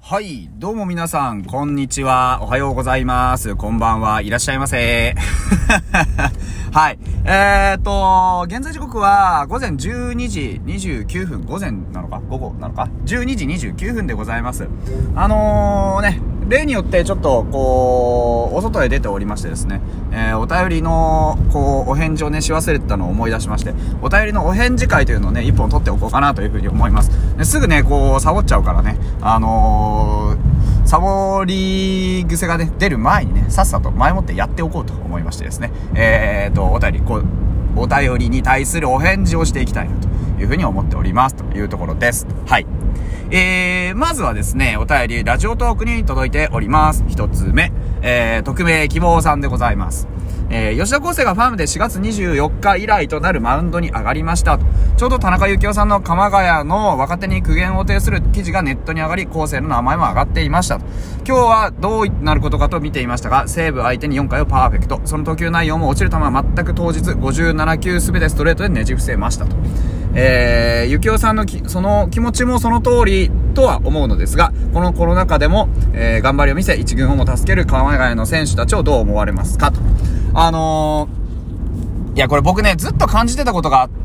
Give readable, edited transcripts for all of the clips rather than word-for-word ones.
はい、どうも皆さん、こんにちは、おはようございます、こんばんは、いらっしゃいませ。はい、現在時刻は午前12時29分、午前なのか午後なのか12時29分でございます。例によってちょっとお外へ出ておりましてですね、お便りのお返事をねし忘れてたのを思い出しまして、お便りのお返事会というのをね一本取っておこうかなというふうに思います。すぐねサボっちゃうからね、サボり癖がね出る前にねさっさと前もってやっておこうと思いましてですね、お便りに対するお返事をしていきたいなというふうに思っておりますというところです。はい。まずはですね、お便りラジオトークに届いております。一つ目、匿名希望さんでございます。吉田康生がファームで4月24日以来となるマウンドに上がりましたと。ちょうど田中幸雄さんの鎌ヶ谷の若手に苦言を呈する記事がネットに上がり、康生の名前も上がっていましたと。今日はどうなることかと見ていましたが、西武相手に4回をパーフェクト。その投球内容も落ちる球は全く当日57球すべてストレートでねじ伏せましたと。幸雄さんのその気持ちもその通りとは思うのですが、このコロナ禍でも、頑張りを見せ一軍をも助ける鎌ヶ谷の選手たちをどう思われますかと。いやこれ僕ねずっと感じてたことがあって、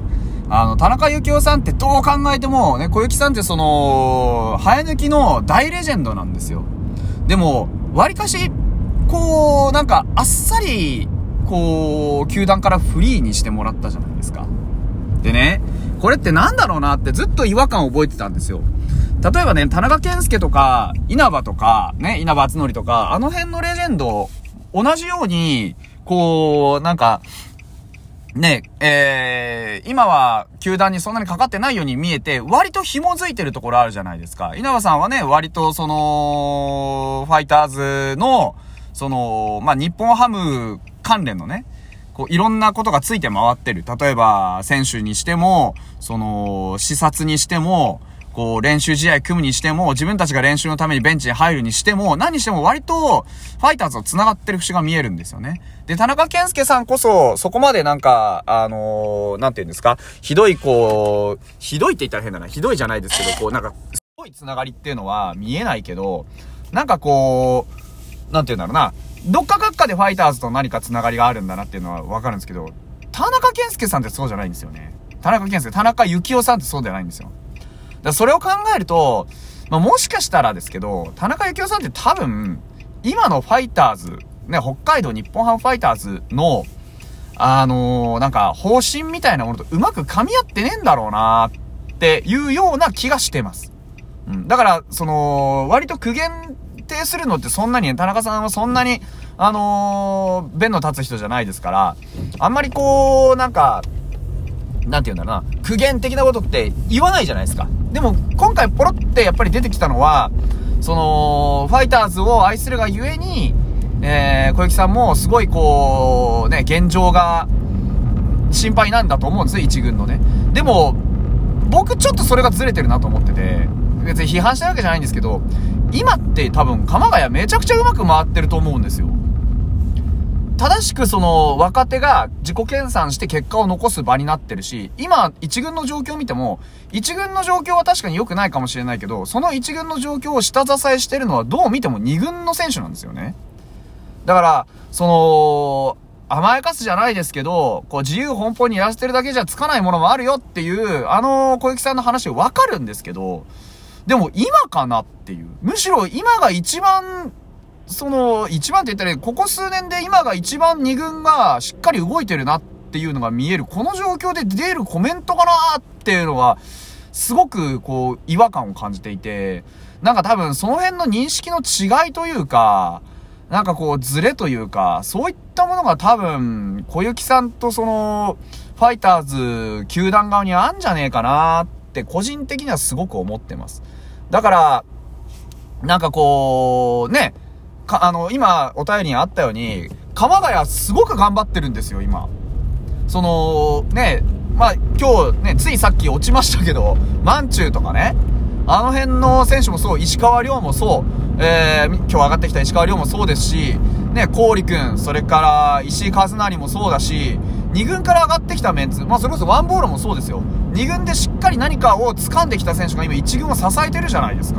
田中幸雄さんってどう考えてもね、小雪さんって生え抜きの大レジェンドなんですよ。でも割かしなんかあっさり球団からフリーにしてもらったじゃないですか。でね、これってなんだろうなってずっと違和感を覚えてたんですよ。例えばね、田中健介とか稲葉とかね、稲葉篤紀とかあの辺のレジェンド同じようになんかね、今は球団にそんなにかかってないように見えて、割と紐づいてるところあるじゃないですか。稲葉さんはね、割とファイターズの日本ハム関連のね、いろんなことがついて回ってる。例えば選手にしても視察にしても練習試合組むにしても、自分たちが練習のためにベンチに入るにしても、何にしても割とファイターズと繋がってる節が見えるんですよね。で、田中健介さんこそそこまでなんかなんていうんですか、ひどいって言ったら変だな、ひどいじゃないですけどなんかすごい繋がりっていうのは見えないけど、なんかなんていうんだろうな、どっかかっかでファイターズと何か繋がりがあるんだなっていうのはわかるんですけど、田中健介さんってそうじゃないんですよね。田中幸雄さんってそうじゃないんですよ。だからそれを考えると、もしかしたらですけど、田中幸雄さんって多分今のファイターズね、北海道日本ハムファイターズのなんか方針みたいなものとうまく噛み合ってねえんだろうなっていうような気がしてます。だから割と苦言呈するのってそんなに、田中さんはそんなに弁の立つ人じゃないですから、あんまりなんかなんて言うんだろうな、苦言的なことって言わないじゃないですか。でも今回ポロってやっぱり出てきたのは、ファイターズを愛するがゆえに、小雪さんもすごい現状が心配なんだと思うんですよ、一軍のね。でも僕ちょっとそれがずれてるなと思ってて、別に批判したわけじゃないんですけど、今って多分鎌ヶ谷めちゃくちゃうまく回ってると思うんですよ。正しく若手が自己研鑽して結果を残す場になってるし、今一軍の状況を見ても、一軍の状況は確かに良くないかもしれないけど、その一軍の状況を下支えしてるのはどう見ても二軍の選手なんですよね。だから甘やかすじゃないですけど、自由奔放にやらせてるだけじゃつかないものもあるよっていう小雪さんの話わかるんですけど、でも今かなっていう、むしろ今が一番一番って言ったら、ここ数年で今が一番二軍がしっかり動いてるなっていうのが見える、この状況で出るコメントかなっていうのがすごく違和感を感じていて、なんか多分その辺の認識の違いというか、なんかズレというか、そういったものが多分小雪さんとファイターズ球団側にあんじゃねえかなって個人的にはすごく思ってます。だからなんかね、今お便りにあったように鎌ヶ谷すごく頑張ってるんですよ今。ね、今日ねついさっき落ちましたけど、マンチューとかね、あの辺の選手もそう、石川遼もそう、今日上がってきた石川遼もそうですしね、郡くん、それから石井和成もそうだし、2軍から上がってきたメンツ、それこそワンボールもそうですよ。2軍でしっかり何かを掴んできた選手が今1軍を支えてるじゃないですか。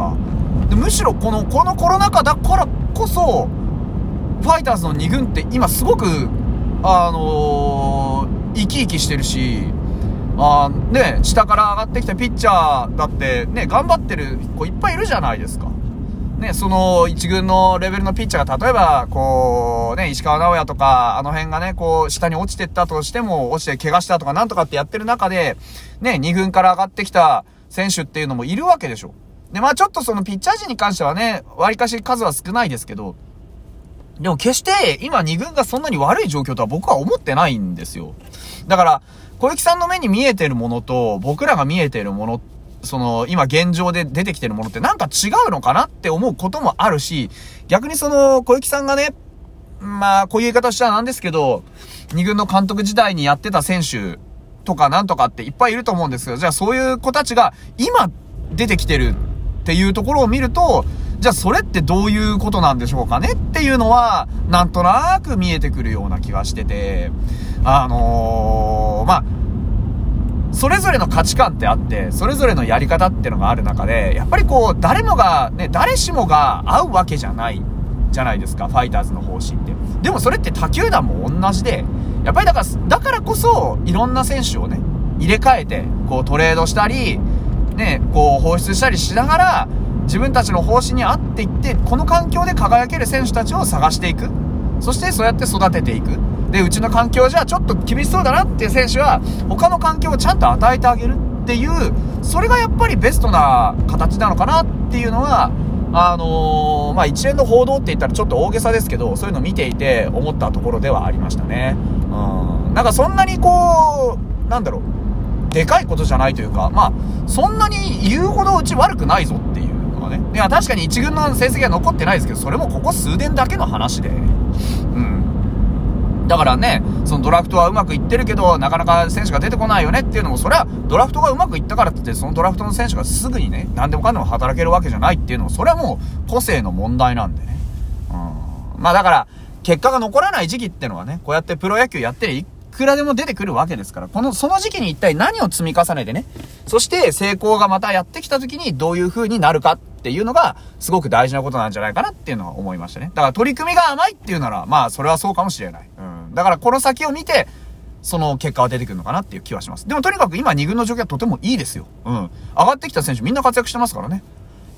でむしろこのコロナ禍だからこそ、ファイターズの2軍って今すごく、生き生きしてるし、ね、下から上がってきたピッチャーだってね、頑張ってる子いっぱいいるじゃないですか。ね、その一軍のレベルのピッチャーが例えば、こうね、石川直也とか、あの辺がね、こう下に落ちてったとしても、落ちて怪我したとかなんとかってやってる中で、ね、2軍から上がってきた選手っていうのもいるわけでしょ。で、まあちょっとそのピッチャー陣に関してはね、割かし数は少ないですけど、でも決して今2軍がそんなに悪い状況とは僕は思ってないんですよ。だから、小雪さんの目に見えてるものと、僕らが見えてるもの、その、今現状で出てきてるものってなんか違うのかなって思うこともあるし、逆にその、小雪さんがね、まあ、こういう言い方したらなんですけど、2軍の監督時代にやってた選手とかなんとかっていっぱいいると思うんですけど、じゃあそういう子たちが今出てきてるっていうところを見ると、じゃあそれってどういうことなんでしょうかねっていうのは、なんとなく見えてくるような気がしてて、まあ、それぞれの価値観ってあって、それぞれのやり方ってのがある中で、やっぱりこう、誰しもが合うわけじゃないじゃないですか、ファイターズの方針って。でもそれって他球団も同じで、やっぱりだからこそ、いろんな選手をね、入れ替えて、こうトレードしたり、ね、こう放出したりしながら、自分たちの方針に合っていって、この環境で輝ける選手たちを探していく。そしてそうやって育てていく。で、うちの環境じゃちょっと厳しそうだなっていう選手は、他の環境をちゃんと与えてあげるっていう、それがやっぱりベストな形なのかなっていうのは、まあ、一連の報道って言ったらちょっと大げさですけど、そういうのを見ていて思ったところではありましたね。なんかそんなにこう、なんだろう、でかいことじゃないというか、まあ、そんなに言うほどうち悪くないぞっていうのがね。いや、確かに一軍の成績は残ってないですけど、それもここ数年だけの話で。だからね、そのドラフトはうまくいってるけど、なかなか選手が出てこないよねっていうのも、それはドラフトがうまくいったからって言って、そのドラフトの選手がすぐにね、何でもかんでも働けるわけじゃないっていうのも、それはもう個性の問題なんでね。まあだから、結果が残らない時期っていうのはね、こうやってプロ野球やっていくらでも出てくるわけですから、その時期に一体何を積み重ねてね、そして成功がまたやってきた時にどういう風になるかっていうのが、すごく大事なことなんじゃないかなっていうのは思いましたね。だから取り組みが甘いっていうなら、まあそれはそうかもしれない。だからこの先を見て、その結果は出てくるのかなっていう気はします。でもとにかく今2軍の状況はとてもいいですよ。上がってきた選手みんな活躍してますからね。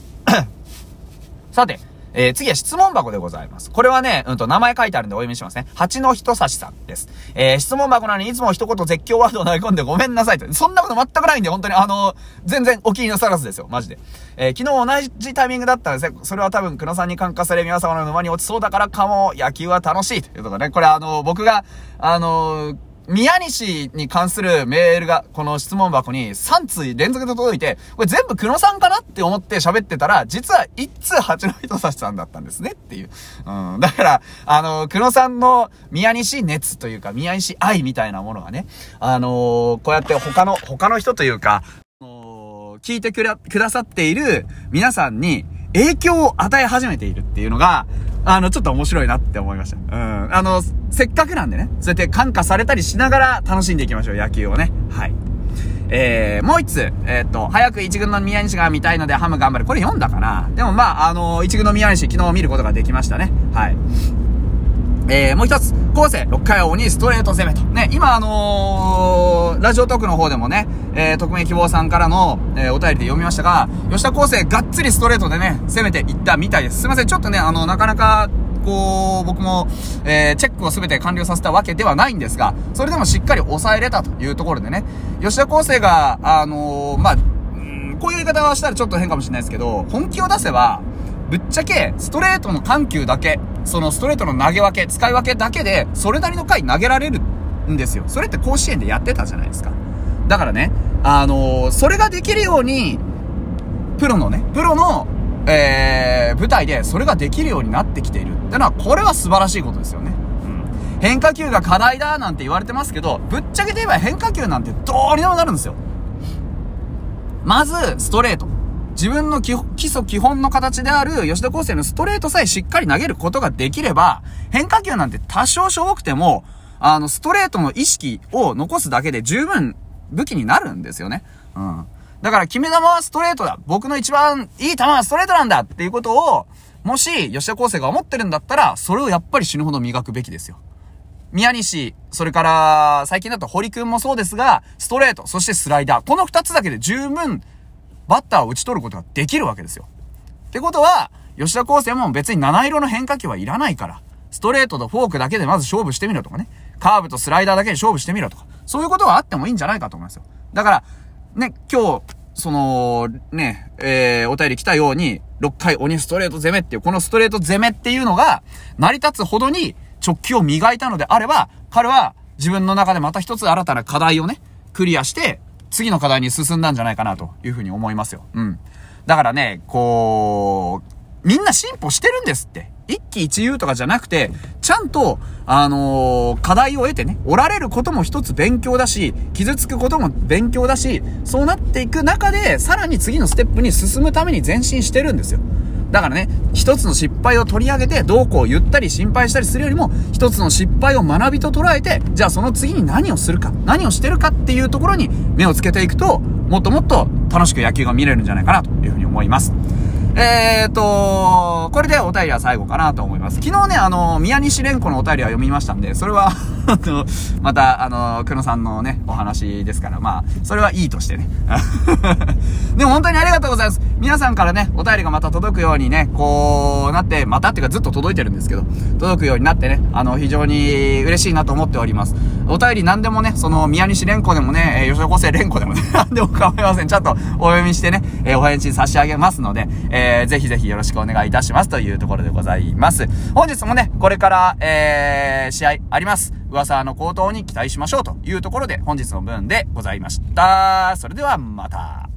さて、次は質問箱でございます。これはね、名前書いてあるんでお読みしますね。八のひとさしさんです。質問箱なのにいつも一言絶叫ワードを投げ込んでごめんなさいと。そんなこと全くないんで、本当に全然お気になさらずですよ。マジで。昨日同じタイミングだったんですね。それは多分、久野さんに感化され皆様の沼に落ちそうだからかも、野球は楽しいということでね。これ僕が、宮西に関するメールが、この質問箱に3通連続で届いて、これ全部久野さんかなって思って喋ってたら、実は1通八の人差しさんだったんですねっていう。だから、久野さんの宮西熱というか、宮西愛みたいなものがね、こうやって他の人というか、聞いてくださっている皆さんに影響を与え始めているっていうのが、ちょっと面白いなって思いました。せっかくなんでね、そうやって感化されたりしながら楽しんでいきましょう、野球をね。はい。もう一つ、早く一軍の宮西が見たいのでハム頑張る。これ読んだかな？でもまあ、一軍の宮西昨日見ることができましたね。はい。もう一つ、後世、6回は鬼ストレート攻めと。ね、今ラジオトークの方でもね、匿名希望さんからの、お便りで読みましたが、吉田康生がっつりストレートでね、攻めていったみたいです。すいません、ちょっとね、なかなか、僕も、チェックをすべて完了させたわけではないんですが、それでもしっかり抑えれたというところでね、吉田康生が、まあ、こういう言い方はしたらちょっと変かもしれないですけど、本気を出せば、ぶっちゃけ、ストレートの緩急だけ、そのストレートの投げ分け、使い分けだけで、それなりの回投げられるんですよ。それって甲子園でやってたじゃないですか。だからね、それができるように、プロの、舞台でそれができるようになってきているってのは、これは素晴らしいことですよね。変化球が課題だなんて言われてますけど、ぶっちゃけて言えば変化球なんてどうにでもなるんですよ。まず、ストレート。自分の基礎基本の形である吉田康生のストレートさえしっかり投げることができれば、変化球なんて多少しょぼくても、ストレートの意識を残すだけで十分武器になるんですよね。 だから決め球はストレートだ。僕の一番いい球はストレートなんだっていうことを、もし吉田康生が思ってるんだったら、それをやっぱり死ぬほど磨くべきですよ。宮西、それから最近だと堀くんもそうですが、ストレート、そしてスライダー。この2つだけで十分バッターを打ち取ることができるわけですよ。ってことは、吉田康生も別に七色の変化球はいらないから、ストレートとフォークだけでまず勝負してみろとかね。カーブとスライダーだけで勝負してみろとか。そういうことがあってもいいんじゃないかと思いますよ。だから、ね、今日、お便り来たように、6回鬼ストレート攻めっていう、このストレート攻めっていうのが、成り立つほどに直球を磨いたのであれば、彼は自分の中でまた一つ新たな課題をね、クリアして、次の課題に進んだんじゃないかなというふうに思いますよ。うん。だからね、みんな進歩してるんですって。一喜一憂とかじゃなくて、ちゃんと、課題を得てね、折られることも一つ勉強だし、傷つくことも勉強だし、そうなっていく中で、さらに次のステップに進むために前進してるんですよ。だからね、一つの失敗を取り上げて、どうこう言ったり心配したりするよりも、一つの失敗を学びと捉えて、じゃあその次に何をするか、何をしてるかっていうところに目をつけていくと、もっともっと楽しく野球が見れるんじゃないかなというふうに思います。これでお便りは最後かなと思います。昨日ね、宮西蓮子のお便りは読みましたんで、それはまた、久野さんのね、お話ですから、まあ、それはいいとしてね。でも本当にありがとうございます。皆さんからね、お便りがまた届くようにね、こうなって、またっていうかずっと届いてるんですけど、届くようになってね、非常に嬉しいなと思っております。お便り何でもね、宮西蓮子でもね、吉田康生蓮子でもね、何でも構いません。ちゃんとお読みしてね、お返事差し上げますので、ぜひぜひよろしくお願いいたしますというところでございます。本日もね、これから、試合あります。噂の好投に期待しましょうというところで本日の分でございました。それではまた。